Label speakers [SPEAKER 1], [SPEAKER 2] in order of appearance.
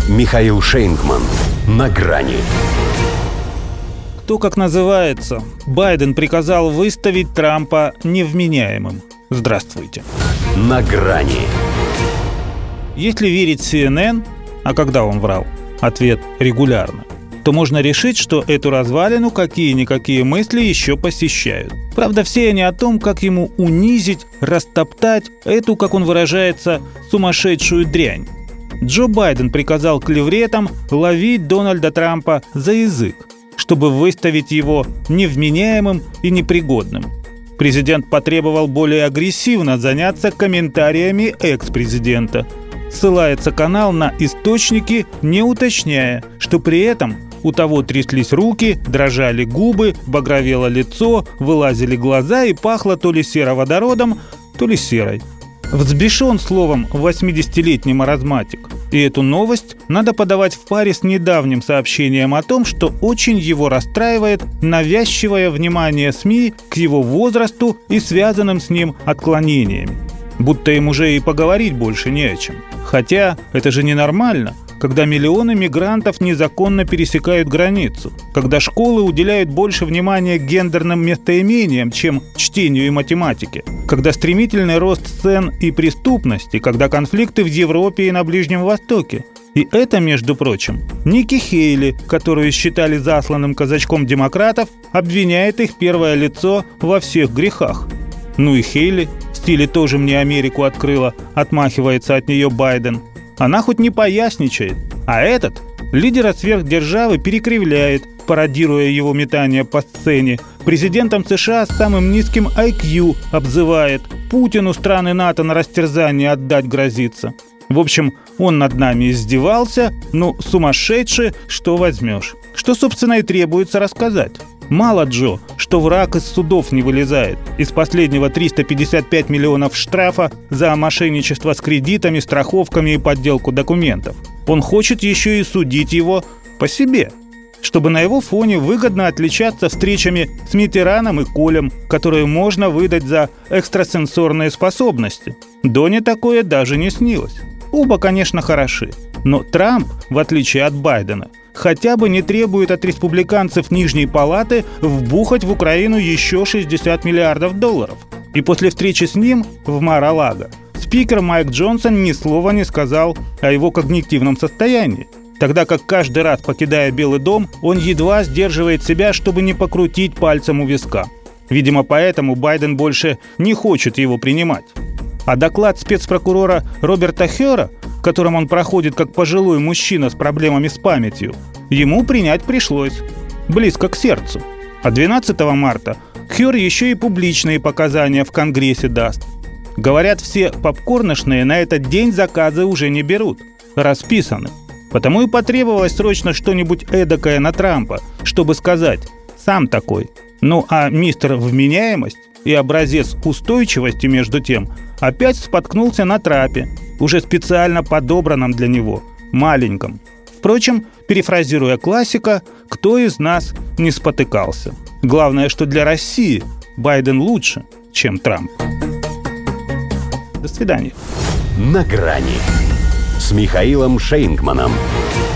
[SPEAKER 1] Михаил Шейнгман. На грани.
[SPEAKER 2] Кто как называется? Байден приказал выставить Трампа невменяемым. Здравствуйте.
[SPEAKER 1] На грани.
[SPEAKER 2] Если верить CNN, а когда он врал? Ответ – регулярно. То можно решить, что эту развалину какие-никакие мысли еще посещают. Правда, все они о том, как ему унизить, растоптать эту, как он выражается, сумасшедшую дрянь. Джо Байден приказал клевретам ловить Дональда Трампа за язык, чтобы выставить его невменяемым и непригодным. Президент потребовал более агрессивно заняться комментариями экс-президента. Ссылается канал на источники, не уточняя, что при этом у того тряслись руки, дрожали губы, багровело лицо, вылазили глаза и пахло то ли сероводородом, то ли серой. Взбешен словом 80-летний маразматик. И эту новость надо подавать в паре с недавним сообщением о том, что очень его расстраивает навязчивое внимание СМИ к его возрасту и связанным с ним отклонениями. Будто им уже и поговорить больше не о чем. Хотя это же ненормально, когда миллионы мигрантов незаконно пересекают границу, когда школы уделяют больше внимания гендерным местоимениям, чем чтению и математике, когда стремительный рост цен и преступности, когда конфликты в Европе и на Ближнем Востоке. И это, между прочим, Ники Хейли, которую считали засланным казачком демократов, обвиняет их первое лицо во всех грехах. Ну и Хейли в стиле «тоже мне Америку открыла», отмахивается от нее Байден. Она хоть не поясничает, а этот лидера сверхдержавы перекривляет, пародируя его метание по сцене. Президентом США с самым низким IQ обзывает. Путину страны НАТО на растерзание отдать грозится. В общем, он над нами издевался, ну, сумасшедший, что возьмешь. Что, собственно, и требуется рассказать. Мало, Джо, что враг из судов не вылезает. Из последнего 355 миллионов штрафа за мошенничество с кредитами, страховками и подделку документов. Он хочет еще и судить его по себе, чтобы на его фоне выгодно отличаться встречами с Миттераном и Колем, которые можно выдать за экстрасенсорные способности. Доне такое даже не снилось. Оба, конечно, хороши, но Трамп, в отличие от Байдена, хотя бы не требует от республиканцев Нижней Палаты вбухать в Украину еще $60 миллиардов. И после встречи с ним в Мар-а-Лаго спикер Майк Джонсон ни слова не сказал о его когнитивном состоянии. Тогда как каждый раз, покидая Белый дом, он едва сдерживает себя, чтобы не покрутить пальцем у виска. Видимо, поэтому Байден больше не хочет его принимать. А доклад спецпрокурора Роберта Хёра, которым он проходит как пожилой мужчина с проблемами с памятью, ему принять пришлось. Близко к сердцу. А 12 марта Хёр еще и публичные показания в Конгрессе даст. Говорят, все попкорношные на этот день заказы уже не берут. Расписаны. Потому и потребовалось срочно что-нибудь эдакое на Трампа, чтобы сказать «сам такой». Ну а мистер Вменяемость и образец устойчивости, между тем, опять споткнулся на трапе, уже специально подобранном для него, маленьком. Впрочем, перефразируя классика, кто из нас не спотыкался? Главное, что для России Байден лучше, чем Трамп. До свидания.
[SPEAKER 1] На грани с Михаилом Шейнгманом.